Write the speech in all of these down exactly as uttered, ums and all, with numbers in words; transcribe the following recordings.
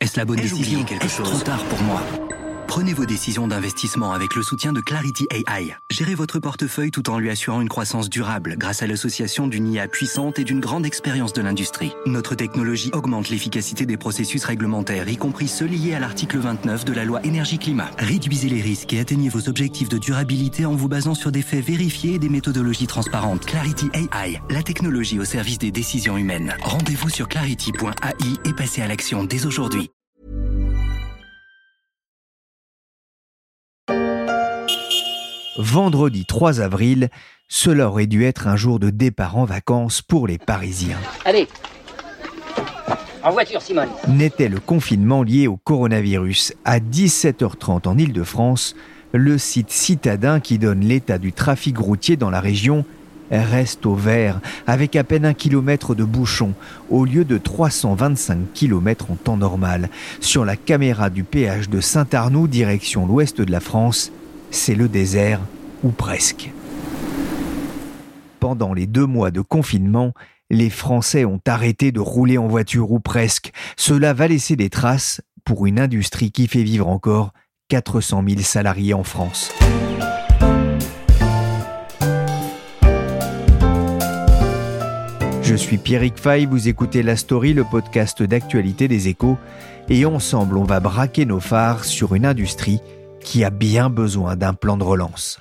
Est-ce la bonne décision? Est-ce trop tard pour moi? Prenez vos décisions d'investissement avec le soutien de Clarity A I. Gérez votre portefeuille tout en lui assurant une croissance durable grâce à l'association d'une I A puissante et d'une grande expérience de l'industrie. Notre technologie augmente l'efficacité des processus réglementaires, y compris ceux liés à l'article vingt-neuf de la loi Énergie-Climat. Réduisez les risques et atteignez vos objectifs de durabilité en vous basant sur des faits vérifiés et des méthodologies transparentes. Clarity A I, la technologie au service des décisions humaines. Rendez-vous sur clarity point a i et passez à l'action dès aujourd'hui. Vendredi trois avril, cela aurait dû être un jour de départ en vacances pour les Parisiens. Allez, en voiture, Simone. N'était le confinement lié au coronavirus. À dix-sept heures trente en Île-de-France, le site citadin qui donne l'état du trafic routier dans la région reste au vert, avec à peine un kilomètre de bouchon, au lieu de trois cent vingt-cinq kilomètres en temps normal. Sur la caméra du péage de Saint-Arnoux, direction l'ouest de la France, c'est le désert, ou presque. Pendant les deux mois de confinement, les Français ont arrêté de rouler en voiture, ou presque. Cela va laisser des traces pour une industrie qui fait vivre encore quatre cent mille salariés en France. Je suis Pierrick Fay, vous écoutez La Story, le podcast d'actualité des Échos, et ensemble on va braquer nos phares sur une industrie qui a bien besoin d'un plan de relance.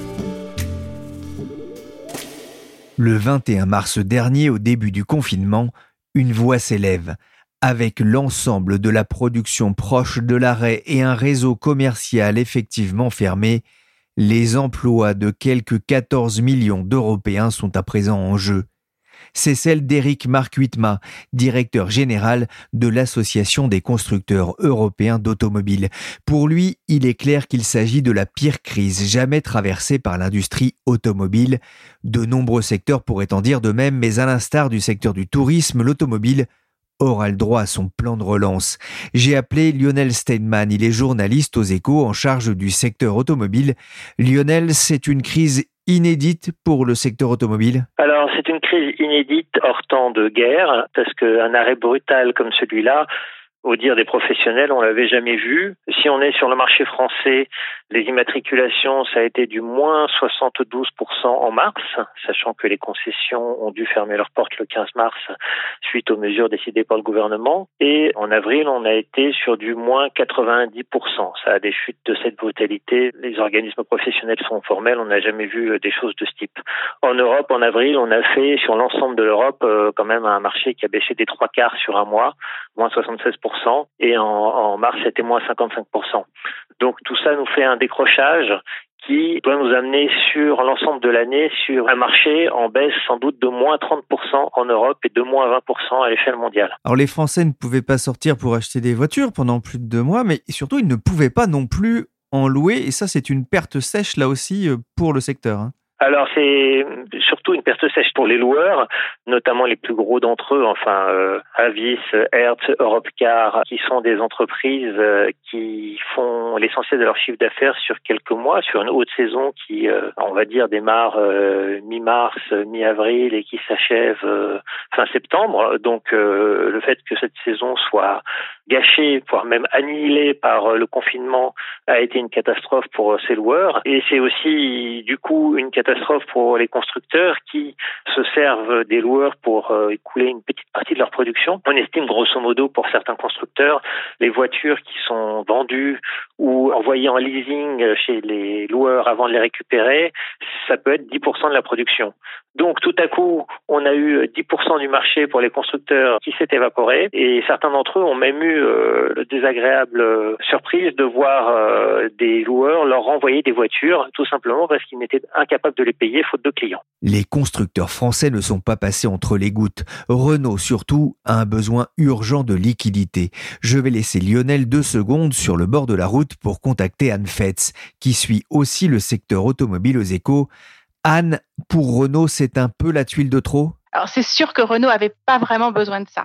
Le vingt et un mars dernier, au début du confinement, une voix s'élève. Avec l'ensemble de la production proche de l'arrêt et un réseau commercial effectivement fermé, les emplois de quelques quatorze millions d'Européens sont à présent en jeu. C'est celle d'Éric Marc Huitma, directeur général de l'Association des constructeurs européens d'automobiles. Pour lui, il est clair qu'il s'agit de la pire crise jamais traversée par l'industrie automobile. De nombreux secteurs pourraient en dire de même, mais à l'instar du secteur du tourisme, l'automobile aura le droit à son plan de relance. J'ai appelé Lionel Steinman, il est journaliste aux Échos en charge du secteur automobile. Lionel, c'est une crise inédite pour le secteur automobile? Alors, c'est une crise inédite hors temps de guerre, parce qu'un arrêt brutal comme celui-là, au dire des professionnels, on l'avait jamais vu. Si on est sur le marché français, les immatriculations, ça a été du moins soixante-douze pour cent en mars, sachant que les concessions ont dû fermer leurs portes le quinze mars suite aux mesures décidées par le gouvernement. Et en avril, on a été sur du moins quatre-vingt-dix pour cent. Ça a des chutes de cette brutalité. Les organismes professionnels sont formels, on n'a jamais vu des choses de ce type. En Europe, en avril, on a fait sur l'ensemble de l'Europe euh, quand même un marché qui a baissé des trois quarts sur un mois, moins soixante-seize pour cent. Et en, en mars, c'était moins cinquante-cinq pour cent. Donc tout ça nous fait un décrochage qui doit nous amener sur l'ensemble de l'année sur un marché en baisse sans doute de moins trente pour cent en Europe et de moins vingt pour cent à l'échelle mondiale. Alors les Français ne pouvaient pas sortir pour acheter des voitures pendant plus de deux mois, mais surtout ils ne pouvaient pas non plus en louer, et ça c'est une perte sèche là aussi pour le secteur, hein. Alors c'est surtout une perte sèche pour les loueurs, notamment les plus gros d'entre eux, enfin euh, Avis, Hertz, Europcar, qui sont des entreprises euh, qui font l'essentiel de leur chiffre d'affaires sur quelques mois, sur une haute saison qui, euh, on va dire, démarre euh, mi-mars, mi-avril et qui s'achève euh, fin septembre. Donc euh, le fait que cette saison soit gâchée, voire même annihilée par euh, le confinement, a été une catastrophe pour euh, ces loueurs. Et c'est aussi du coup une catastrophe pour les constructeurs qui se servent des loueurs pour euh, écouler une petite partie de leur production. On estime grosso modo pour certains constructeurs les voitures qui sont vendues ou envoyées en leasing chez les loueurs avant de les récupérer, ça peut être dix pour cent de la production. Donc tout à coup, on a eu dix pour cent du marché pour les constructeurs qui s'est évaporé, et certains d'entre eux ont même eu euh, le désagréable euh, surprise de voir euh, des loueurs leur renvoyer des voitures, tout simplement parce qu'ils n'étaient incapables de les payer faute de clients. Les constructeurs français ne sont pas passés entre les gouttes. Renault, surtout, a un besoin urgent de liquidité. Je vais laisser Lionel deux secondes sur le bord de la route pour contacter Anne Fetz, qui suit aussi le secteur automobile aux Échos. Anne, pour Renault, c'est un peu la tuile de trop ? Alors c'est sûr que Renault avait pas vraiment besoin de ça.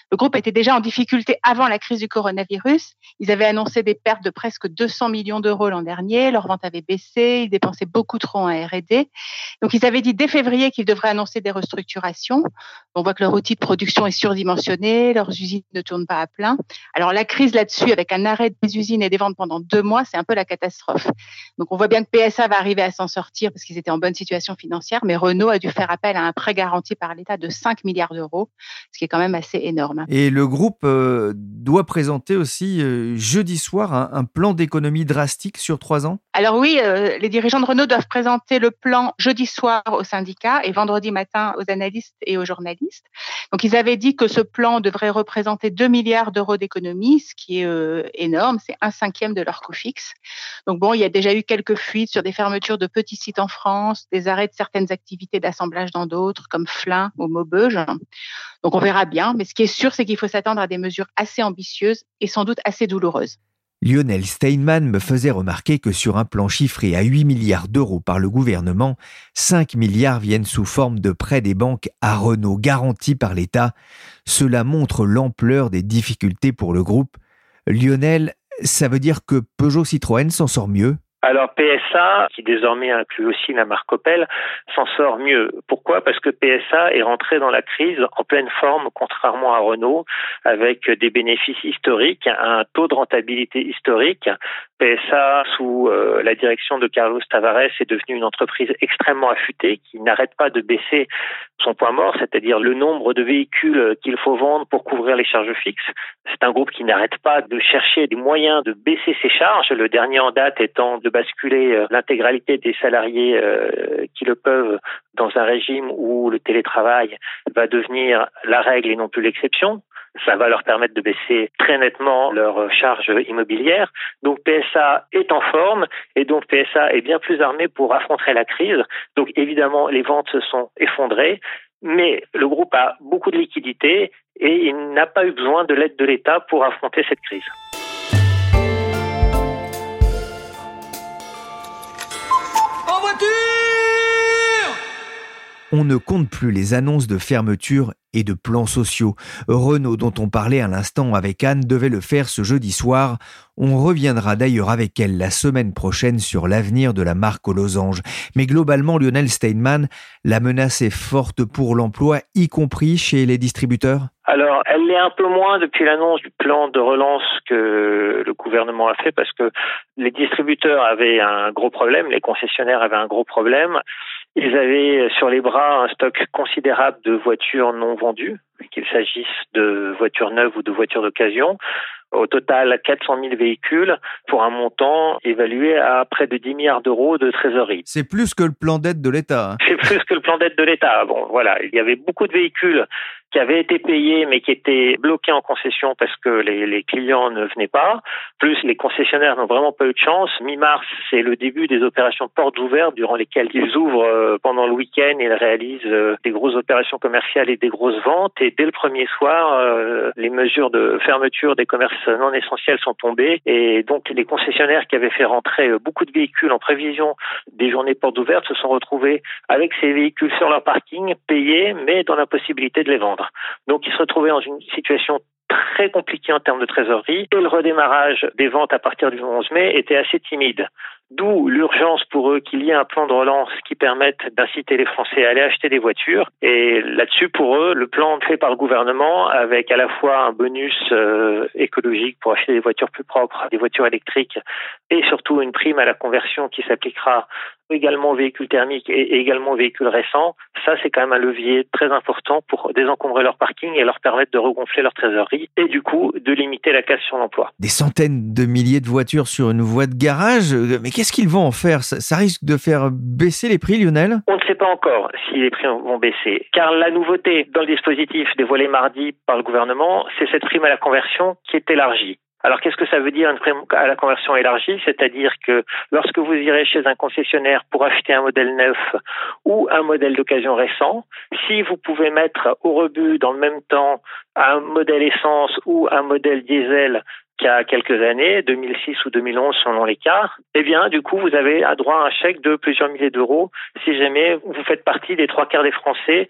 Le groupe était déjà en difficulté avant la crise du coronavirus. Ils avaient annoncé des pertes de presque deux cents millions d'euros l'an dernier. Leurs ventes avaient baissé. Ils dépensaient beaucoup trop en R et D. Donc, ils avaient dit dès février qu'ils devraient annoncer des restructurations. On voit que leur outil de production est surdimensionné. Leurs usines ne tournent pas à plein. Alors, la crise là-dessus, avec un arrêt des usines et des ventes pendant deux mois, c'est un peu la catastrophe. Donc, on voit bien que P S A va arriver à s'en sortir parce qu'ils étaient en bonne situation financière. Mais Renault a dû faire appel à un prêt garanti par l'État de cinq milliards d'euros, ce qui est quand même assez énorme. Et le groupe euh, doit présenter aussi euh, jeudi soir un, un plan d'économie drastique sur trois ans. Alors oui, euh, les dirigeants de Renault doivent présenter le plan jeudi soir aux syndicats et vendredi matin aux analystes et aux journalistes. Donc ils avaient dit que ce plan devrait représenter deux milliards d'euros d'économie, ce qui est euh, énorme, c'est un cinquième de leur coût fixe. Donc bon, il y a déjà eu quelques fuites sur des fermetures de petits sites en France, des arrêts de certaines activités d'assemblage dans d'autres, comme Flins ou Maubeuge. Donc on verra bien, mais ce qui est sûr, c'est qu'il faut s'attendre à des mesures assez ambitieuses et sans doute assez douloureuses. Lionel Steinman me faisait remarquer que sur un plan chiffré à huit milliards d'euros par le gouvernement, cinq milliards viennent sous forme de prêts des banques à Renault garantis par l'État. Cela montre l'ampleur des difficultés pour le groupe. Lionel, ça veut dire que Peugeot-Citroën s'en sort mieux ? Alors P S A, qui désormais inclut aussi la marque Opel, s'en sort mieux. Pourquoi ? Parce que P S A est rentré dans la crise en pleine forme, contrairement à Renault, avec des bénéfices historiques, un taux de rentabilité historique. P S A, sous euh, la direction de Carlos Tavares, est devenue une entreprise extrêmement affûtée, qui n'arrête pas de baisser son point mort, c'est-à-dire le nombre de véhicules qu'il faut vendre pour couvrir les charges fixes. C'est un groupe qui n'arrête pas de chercher des moyens de baisser ses charges, le dernier en date étant de basculer l'intégralité des salariés euh, qui le peuvent dans un régime où le télétravail va devenir la règle et non plus l'exception. Ça va leur permettre de baisser très nettement leurs charges immobilières. Donc P S A est en forme et donc P S A est bien plus armé pour affronter la crise. Donc évidemment, les ventes se sont effondrées, mais le groupe a beaucoup de liquidités et il n'a pas eu besoin de l'aide de l'État pour affronter cette crise. En voiture ! On ne compte plus les annonces de fermeture et de plans sociaux. Renault, dont on parlait à l'instant avec Anne, devait le faire ce jeudi soir. On reviendra d'ailleurs avec elle la semaine prochaine sur l'avenir de la marque aux losanges. Mais globalement, Lionel Steinman, la menace est forte pour l'emploi, y compris chez les distributeurs ? Alors, elle l'est un peu moins depuis l'annonce du plan de relance que le gouvernement a fait parce que les distributeurs avaient un gros problème, les concessionnaires avaient un gros problème. Ils avaient sur les bras un stock considérable de voitures non vendues, qu'il s'agisse de voitures neuves ou de voitures d'occasion. Au total, quatre cent mille véhicules pour un montant évalué à près de dix milliards d'euros de trésorerie. C'est plus que le plan d'aide de l'État. Hein. C'est plus que le plan d'aide de l'État. Bon, voilà, il y avait beaucoup de véhicules qui avaient été payés mais qui étaient bloqués en concession parce que les, les clients ne venaient pas. Plus, les concessionnaires n'ont vraiment pas eu de chance. Mi-mars, c'est le début des opérations portes ouvertes durant lesquelles ils ouvrent pendant le week-end et ils réalisent des grosses opérations commerciales et des grosses ventes. Et dès le premier soir, les mesures de fermeture des commerces non essentiels sont tombées. Et donc, les concessionnaires qui avaient fait rentrer beaucoup de véhicules en prévision des journées portes ouvertes se sont retrouvés avec ces véhicules sur leur parking, payés, mais dans l'impossibilité de les vendre. Donc, ils se retrouvaient dans une situation très compliquée en termes de trésorerie et le redémarrage des ventes à partir du onze mai était assez timide. D'où l'urgence pour eux qu'il y ait un plan de relance qui permette d'inciter les Français à aller acheter des voitures. Et là-dessus, pour eux, le plan fait par le gouvernement avec à la fois un bonus euh, écologique pour acheter des voitures plus propres, des voitures électriques et surtout une prime à la conversion qui s'appliquera également aux véhicules thermiques et également aux véhicules récents. Ça, c'est quand même un levier très important pour désencombrer leur parking et leur permettre de regonfler leur trésorerie et du coup de limiter la casse sur l'emploi. Des centaines de milliers de voitures sur une voie de garage, mais qu'est-ce qu'ils vont en faire ? ça, ça risque de faire baisser les prix, Lionel ? On ne sait pas encore si les prix vont baisser, car la nouveauté dans le dispositif dévoilé mardi par le gouvernement, c'est cette prime à la conversion qui est élargie. Alors, qu'est-ce que ça veut dire une prime à la conversion élargie ? C'est-à-dire que lorsque vous irez chez un concessionnaire pour acheter un modèle neuf ou un modèle d'occasion récent, si vous pouvez mettre au rebut dans le même temps un modèle essence ou un modèle diesel qu'il y a quelques années, deux mille six ou deux mille onze selon les cas, eh bien, du coup, vous avez droit à un chèque de plusieurs milliers d'euros si jamais vous faites partie des trois quarts des Français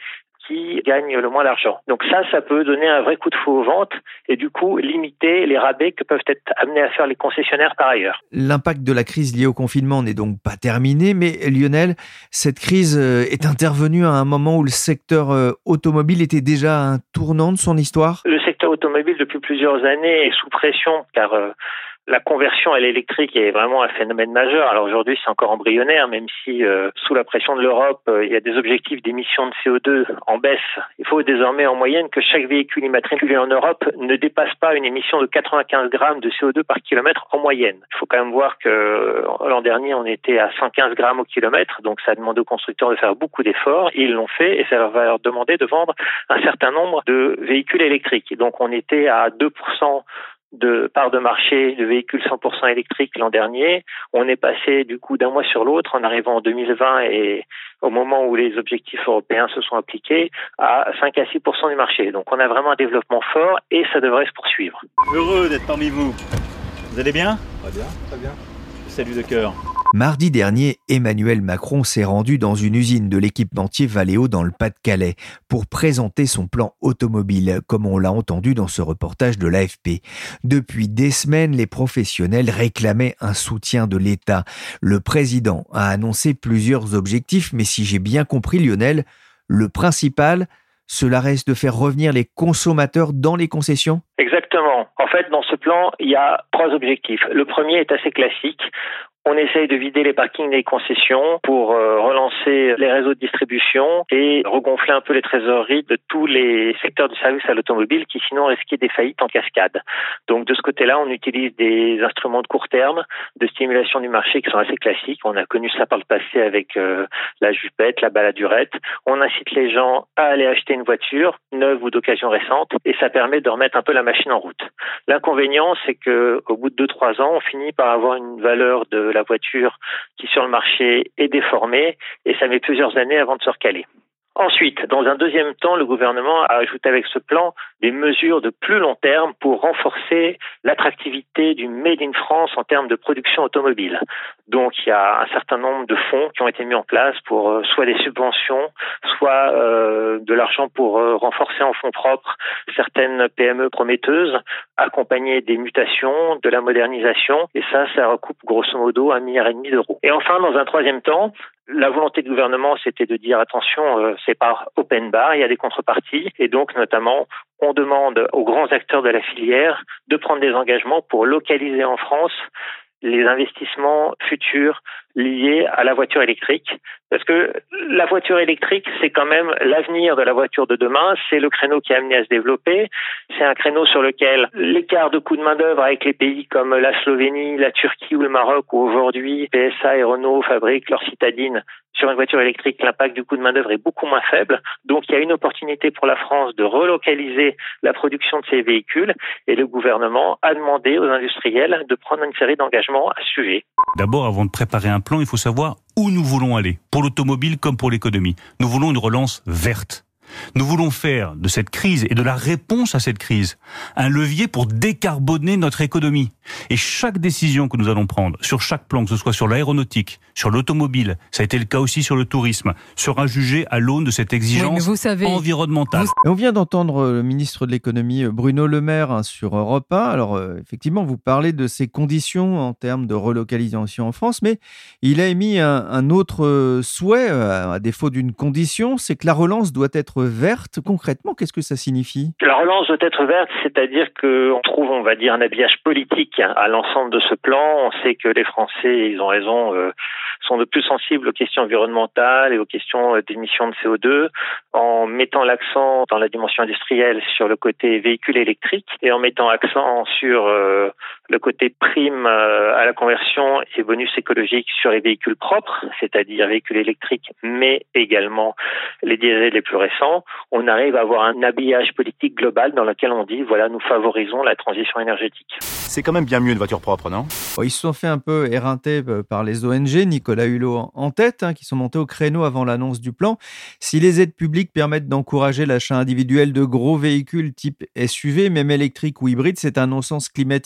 qui gagnent le moins d'argent. Donc ça, ça peut donner un vrai coup de fouet aux ventes et du coup limiter les rabais que peuvent être amenés à faire les concessionnaires par ailleurs. L'impact de la crise liée au confinement n'est donc pas terminé, mais Lionel, cette crise est intervenue à un moment où le secteur automobile était déjà à un tournant de son histoire. Le secteur automobile, depuis plusieurs années, est sous pression car euh, la conversion à l'électrique est vraiment un phénomène majeur. Alors aujourd'hui, c'est encore embryonnaire, même si euh, sous la pression de l'Europe, euh, il y a des objectifs d'émissions de C O deux en baisse. Il faut désormais en moyenne que chaque véhicule immatriculé en Europe ne dépasse pas une émission de quatre-vingt-quinze grammes de C O deux par kilomètre en moyenne. Il faut quand même voir que l'an dernier, on était à cent quinze grammes au kilomètre, donc ça demande aux constructeurs de faire beaucoup d'efforts. Ils l'ont fait et ça va leur demander de vendre un certain nombre de véhicules électriques. Donc on était à deux pour cent de part de marché de véhicules cent pour cent électriques l'an dernier. On est passé du coup d'un mois sur l'autre en arrivant en deux mille vingt et au moment où les objectifs européens se sont appliqués à cinq à six pour cent du marché. Donc on a vraiment un développement fort et ça devrait se poursuivre. Heureux d'être parmi vous. Vous allez bien ? Très bien, très bien. Salut de cœur. Mardi dernier, Emmanuel Macron s'est rendu dans une usine de l'équipementier Valeo dans le Pas-de-Calais pour présenter son plan automobile, comme on l'a entendu dans ce reportage de l'A F P. Depuis des semaines, les professionnels réclamaient un soutien de l'État. Le président a annoncé plusieurs objectifs, mais si j'ai bien compris, Lionel, le principal, cela reste de faire revenir les consommateurs dans les concessions ? Exactement. En fait, dans ce plan, il y a trois objectifs. Le premier est assez classique. On essaye de vider les parkings des concessions pour euh, relancer les réseaux de distribution et regonfler un peu les trésoreries de tous les secteurs du service à l'automobile qui sinon risquaient des faillites en cascade. Donc de ce côté-là, on utilise des instruments de court terme de stimulation du marché qui sont assez classiques. On a connu ça par le passé avec euh, la jupette, la baladurette. On incite les gens à aller acheter une voiture neuve ou d'occasion récente et ça permet de remettre un peu la machine en route. L'inconvénient, c'est que au bout de deux trois ans, on finit par avoir une valeur de la voiture qui sur le marché est déformée et ça met plusieurs années avant de se recaler. Ensuite, dans un deuxième temps, le gouvernement a ajouté avec ce plan des mesures de plus long terme pour renforcer l'attractivité du Made in France en termes de production automobile. Donc, il y a un certain nombre de fonds qui ont été mis en place pour euh, soit des subventions, soit euh, de l'argent pour euh, renforcer en fonds propres certaines P M E prometteuses, accompagner des mutations, de la modernisation, et ça, ça recoupe grosso modo un milliard et demi d'euros. Et enfin, dans un troisième temps, la volonté du gouvernement, c'était de dire attention, euh, c'est par open bar, il y a des contreparties, et donc notamment, on demande aux grands acteurs de la filière de prendre des engagements pour localiser en France les investissements futurs liés à la voiture électrique. Parce que la voiture électrique, c'est quand même l'avenir de la voiture de demain. C'est le créneau qui est amené à se développer. C'est un créneau sur lequel l'écart de coût de main-d'œuvre avec les pays comme la Slovénie, la Turquie ou le Maroc, où aujourd'hui P S A et Renault fabriquent leurs citadines sur une voiture électrique, l'impact du coût de main-d'œuvre est beaucoup moins faible. Donc, il y a une opportunité pour la France de relocaliser la production de ces véhicules et le gouvernement a demandé aux industriels de prendre une série d'engagements à ce sujet. D'abord, avant de préparer un plan, il faut savoir où nous voulons aller, pour l'automobile comme pour l'économie. Nous voulons une relance verte. Nous voulons faire de cette crise et de la réponse à cette crise un levier pour décarboner notre économie. Et chaque décision que nous allons prendre sur chaque plan, que ce soit sur l'aéronautique, sur l'automobile, ça a été le cas aussi sur le tourisme, sera jugée à l'aune de cette exigence oui, vous savez, environnementale. Vous... On vient d'entendre le ministre de l'économie Bruno Le Maire hein, sur Europe un. Alors euh, effectivement, vous parlez de ces conditions en termes de relocalisation en France, mais il a émis un, un autre euh, souhait, euh, à défaut d'une condition, c'est que la relance doit être verte. Concrètement, qu'est-ce que ça signifie ? La relance doit être verte, c'est-à-dire qu'on trouve, on va dire, un habillage politique à l'ensemble de ce plan. On sait que les Français, ils ont raison, euh, sont de plus sensibles aux questions environnementales et aux questions d'émissions de C O deux, en mettant l'accent dans la dimension industrielle sur le côté véhicule électrique et en mettant accent sur euh, le côté prime euh, à la conversion et bonus écologique sur les véhicules propres, c'est-à-dire véhicules électriques, mais également les diesels les plus récents. On arrive à avoir un habillage politique global dans lequel on dit, voilà, nous favorisons la transition énergétique. C'est quand même bien mieux une voiture propre, non ? Ils se sont fait un peu éreinter par les O N G, Nicolas Hulot en tête, hein, qui sont montés au créneau avant l'annonce du plan. Si les aides publiques permettent d'encourager l'achat individuel de gros véhicules type S U V, même électriques ou hybrides, c'est un non-sens climatique et social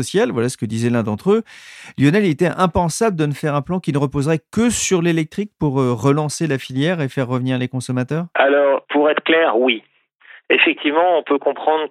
spécial, voilà ce que disait l'un d'entre eux. Lionel, il était impensable de ne faire un plan qui ne reposerait que sur l'électrique pour relancer la filière et faire revenir les consommateurs ? Alors, pour être clair, oui. Effectivement, on peut comprendre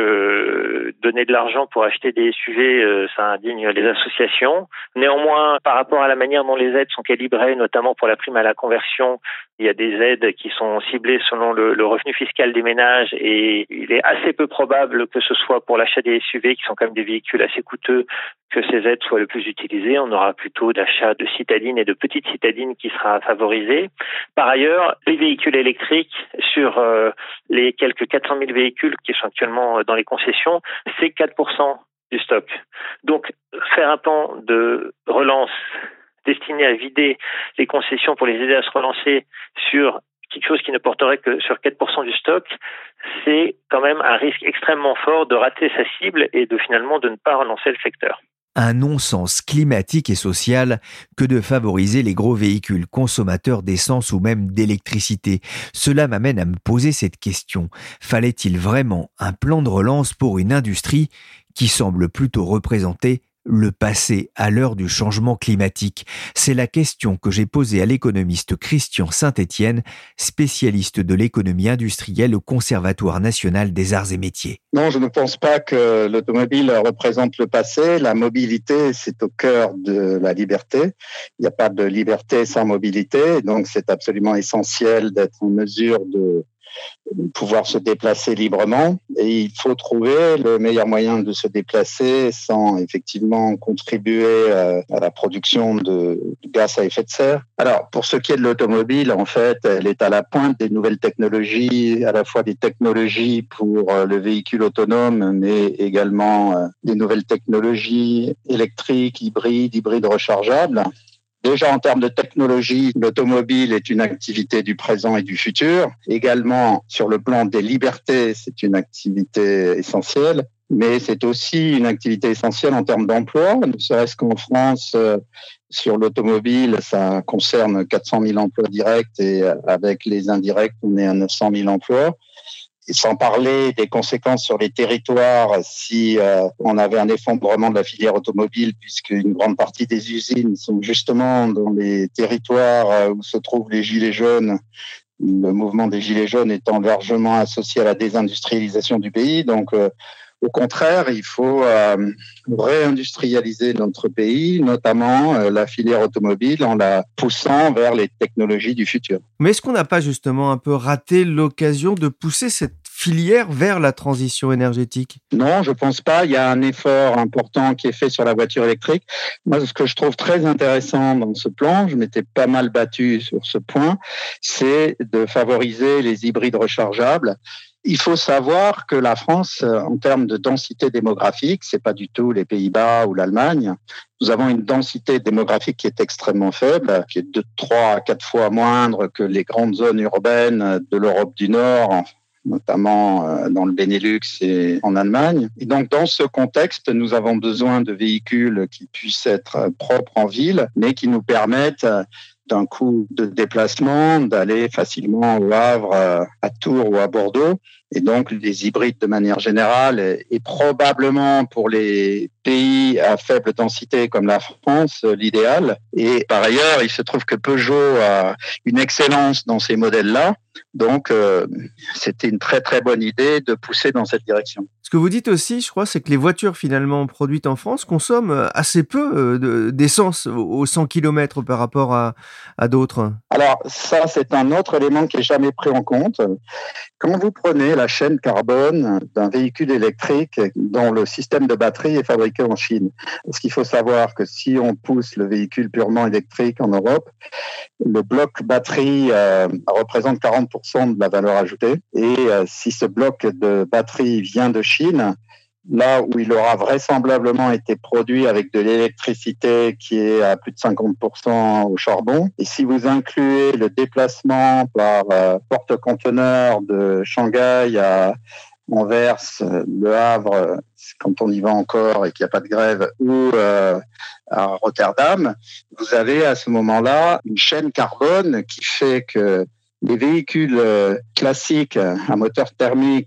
que donner de l'argent pour acheter des S U V, euh, ça indigne les associations. Néanmoins, par rapport à la manière dont les aides sont calibrées, notamment pour la prime à la conversion, il y a des aides qui sont ciblées selon le, le revenu fiscal des ménages et il est assez peu probable que ce soit pour l'achat des S U V, qui sont quand même des véhicules assez coûteux, que ces aides soient le plus utilisées. On aura plutôt d'achat de citadines et de petites citadines qui sera favorisé. Par ailleurs, les véhicules électriques, sur euh, les quelques quatre cent mille véhicules qui sont actuellement dans les concessions, c'est quatre pour cent du stock. Donc, faire un plan de relance destiné à vider les concessions pour les aider à se relancer sur quelque chose qui ne porterait que sur quatre pour cent du stock, c'est quand même un risque extrêmement fort de rater sa cible et de finalement de ne pas relancer le secteur. Un non-sens climatique et social que de favoriser les gros véhicules consommateurs d'essence ou même d'électricité. Cela m'amène à me poser cette question. Fallait-il vraiment un plan de relance pour une industrie qui semble plutôt représenter le passé à l'heure du changement climatique? C'est la question que j'ai posée à l'économiste Christian Saint-Etienne, spécialiste de l'économie industrielle au Conservatoire national des arts et métiers. Non, je ne pense pas que l'automobile représente le passé. La mobilité, c'est au cœur de la liberté. Il n'y a pas de liberté sans mobilité, donc c'est absolument essentiel d'être en mesure de pouvoir se déplacer librement et il faut trouver le meilleur moyen de se déplacer sans effectivement contribuer à la production de gaz à effet de serre. Alors, pour ce qui est de l'automobile, en fait, elle est à la pointe des nouvelles technologies, à la fois des technologies pour le véhicule autonome, mais également des nouvelles technologies électriques, hybrides, hybrides rechargeables. Déjà, en termes de technologie, l'automobile est une activité du présent et du futur. Également, sur le plan des libertés, c'est une activité essentielle. Mais c'est aussi une activité essentielle en termes d'emploi. Ne serait-ce qu'en France, euh, sur l'automobile, ça concerne quatre cent mille emplois directs et avec les indirects, on est à neuf cent mille emplois. Et sans parler des conséquences sur les territoires si euh, on avait un effondrement de la filière automobile, puisque une grande partie des usines sont justement dans les territoires où se trouvent les gilets jaunes, le mouvement des gilets jaunes étant largement associé à la désindustrialisation du pays. Donc, euh, au contraire, il faut euh, réindustrialiser notre pays, notamment euh, la filière automobile, en la poussant vers les technologies du futur. Mais est-ce qu'on n'a pas justement un peu raté l'occasion de pousser cette filière vers la transition énergétique ? Non, je pense pas. Il y a un effort important qui est fait sur la voiture électrique. Moi, ce que je trouve très intéressant dans ce plan, je m'étais pas mal battu sur ce point, c'est de favoriser les hybrides rechargeables. Il faut savoir que la France, en termes de densité démographique, c'est pas du tout les Pays-Bas ou l'Allemagne. Nous avons une densité démographique qui est extrêmement faible, qui est de trois à quatre fois moindre que les grandes zones urbaines de l'Europe du Nord, notamment dans le Benelux et en Allemagne. Et donc, dans ce contexte, nous avons besoin de véhicules qui puissent être propres en ville, mais qui nous permettent d'un coût de déplacement, d'aller facilement au Havre, à Tours ou à Bordeaux. Et donc, les hybrides de manière générale, et probablement pour les pays à faible densité comme la France, l'idéal. Et par ailleurs, il se trouve que Peugeot a une excellence dans ces modèles-là. Donc, euh, c'était une très, très bonne idée de pousser dans cette direction. Ce que vous dites aussi, je crois, c'est que les voitures finalement produites en France consomment assez peu de, d'essence aux cent kilomètres par rapport à, à d'autres. Alors, ça, c'est un autre élément qui n'est jamais pris en compte. Quand vous prenez la chaîne carbone d'un véhicule électrique dont le système de batterie est fabriqué en Chine, parce qu'il faut savoir que si on pousse le véhicule purement électrique en Europe, le bloc batterie euh, représente quarante pour cent de la valeur ajoutée. Et euh, si ce bloc de batterie vient de Chine, là où il aura vraisemblablement été produit avec de l'électricité qui est à plus de cinquante pour cent au charbon. Et si vous incluez le déplacement par euh, porte-conteneurs de Shanghai à Anvers, Le Havre, quand on y va encore et qu'il n'y a pas de grève, ou euh, à Rotterdam, vous avez à ce moment-là une chaîne carbone qui fait que les véhicules classiques à moteur thermique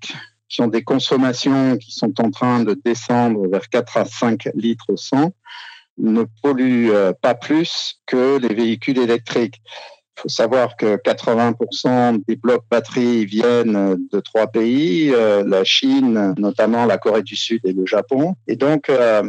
qui ont des consommations qui sont en train de descendre vers quatre à cinq litres au cent, ne polluent pas plus que les véhicules électriques. Il faut savoir que quatre-vingts pour cent des blocs batteries viennent de trois pays, euh, la Chine, notamment la Corée du Sud et le Japon. Et donc, euh,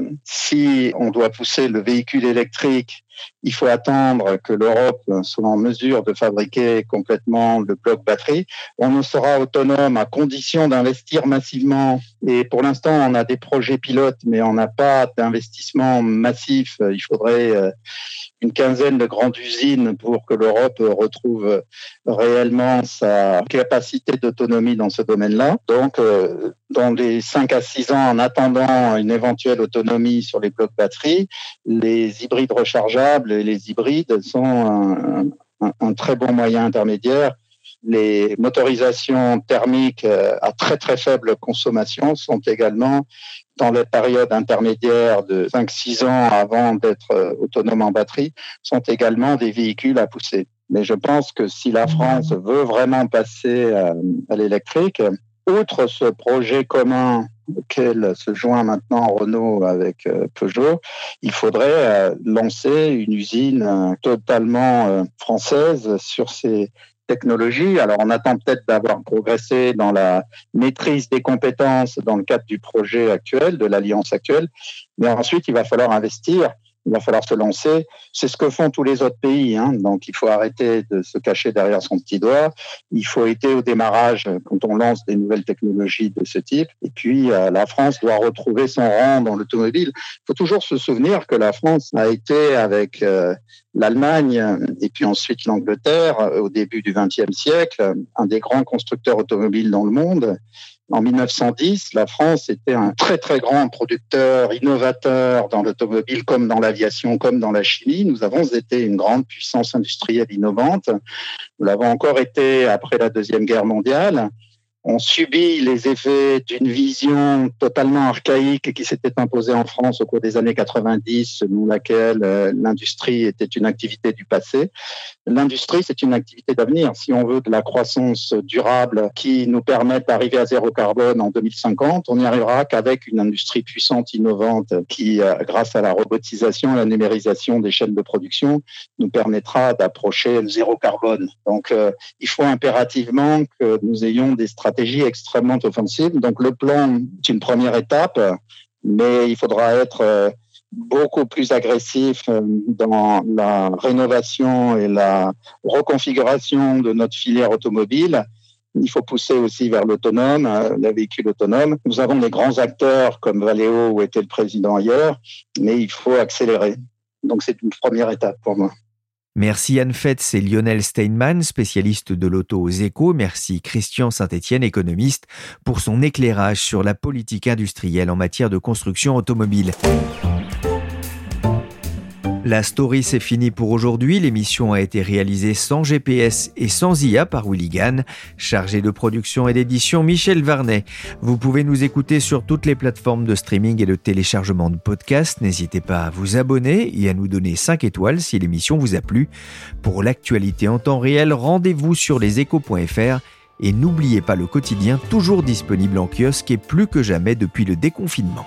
si on doit pousser le véhicule électrique, il faut attendre que l'Europe soit en mesure de fabriquer complètement le bloc batterie. On ne sera autonome à condition d'investir massivement. Et pour l'instant, on a des projets pilotes, mais on n'a pas d'investissement massif. Il faudrait euh, une quinzaine de grandes usines pour que l'Europe retrouve réellement sa capacité d'autonomie dans ce domaine-là. Donc, euh, dans les cinq à six ans, en attendant une éventuelle autonomie sur les blocs batteries, les hybrides rechargeables et les hybrides sont un, un, un très bon moyen intermédiaire. Les motorisations thermiques à très très faible consommation sont également dans les périodes intermédiaires de cinq à six ans avant d'être autonome en batterie, sont également des véhicules à pousser. Mais je pense que si la France veut vraiment passer à, à l'électrique, outre ce projet commun auquel se joint maintenant Renault avec Peugeot, il faudrait lancer une usine totalement française sur ces technologies. Alors, on attend peut-être d'avoir progressé dans la maîtrise des compétences dans le cadre du projet actuel, de l'alliance actuelle, mais ensuite, il va falloir investir. Il va falloir se lancer. C'est ce que font tous les autres pays. Hein. Donc, il faut arrêter de se cacher derrière son petit doigt. Il faut être au démarrage quand on lance des nouvelles technologies de ce type. Et puis, euh, la France doit retrouver son rang dans l'automobile. Il faut toujours se souvenir que la France a été avec euh, l'Allemagne et puis ensuite l'Angleterre au début du vingtième siècle, un des grands constructeurs automobiles dans le monde. En mille neuf cent dix, la France était un très très grand producteur, innovateur dans l'automobile comme dans l'aviation, comme dans la chimie. Nous avons été une grande puissance industrielle innovante. Nous l'avons encore été après la Deuxième Guerre mondiale. On subit les effets d'une vision totalement archaïque qui s'était imposée en France au cours des années quatre-vingt-dix, selon laquelle euh, l'industrie était une activité du passé. L'industrie, c'est une activité d'avenir. Si on veut de la croissance durable qui nous permette d'arriver à zéro carbone en deux mille cinquante, on n'y arrivera qu'avec une industrie puissante, innovante, qui, euh, grâce à la robotisation et la numérisation des chaînes de production, nous permettra d'approcher le zéro carbone. Donc, euh, il faut impérativement que nous ayons des stratégies stratégie extrêmement offensive. Donc, le plan est une première étape, mais il faudra être beaucoup plus agressif dans la rénovation et la reconfiguration de notre filière automobile. Il faut pousser aussi vers l'autonome, le véhicule autonome. Nous avons des grands acteurs comme Valeo, où était le président hier, mais il faut accélérer. Donc, c'est une première étape pour moi. Merci Anne Fetz et Lionel Steinman, spécialiste de l'auto aux Échos. Merci Christian Saint-Etienne, économiste, pour son éclairage sur la politique industrielle en matière de construction automobile. La story, c'est fini pour aujourd'hui. L'émission a été réalisée sans G P S et sans I A par Willy Gann. Chargé de production et d'édition, Michel Varnet. Vous pouvez nous écouter sur toutes les plateformes de streaming et de téléchargement de podcasts. N'hésitez pas à vous abonner et à nous donner cinq étoiles si l'émission vous a plu. Pour l'actualité en temps réel, rendez-vous sur leséchos point f r et n'oubliez pas le quotidien, toujours disponible en kiosque et plus que jamais depuis le déconfinement.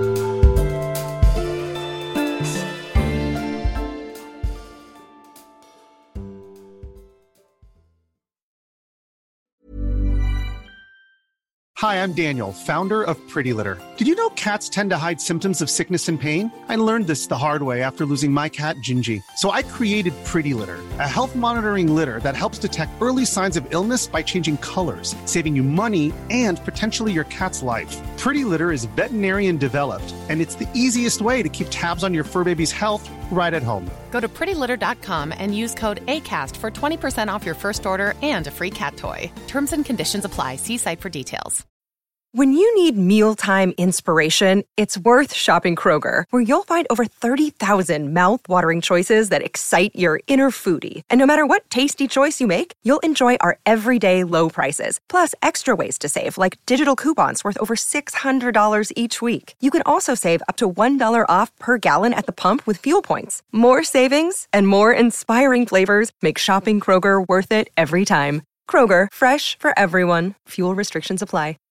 Hi, I'm Daniel, founder of Pretty Litter. Did you know cats tend to hide symptoms of sickness and pain? I learned this the hard way after losing my cat, Gingy. So I created Pretty Litter, a health monitoring litter that helps detect early signs of illness by changing colors, saving you money and potentially your cat's life. Pretty Litter is veterinarian developed, and it's the easiest way to keep tabs on your fur baby's health right at home. Go to pretty litter dot com and use code ACAST for twenty percent off your first order and a free cat toy. Terms and conditions apply. See site for details. When you need mealtime inspiration, it's worth shopping Kroger, where you'll find over thirty thousand mouth-watering choices that excite your inner foodie. And no matter what tasty choice you make, you'll enjoy our everyday low prices, plus extra ways to save, like digital coupons worth over six hundred dollars each week. You can also save up to one dollar off per gallon at the pump with fuel points. More savings and more inspiring flavors make shopping Kroger worth it every time. Kroger, fresh for everyone. Fuel restrictions apply.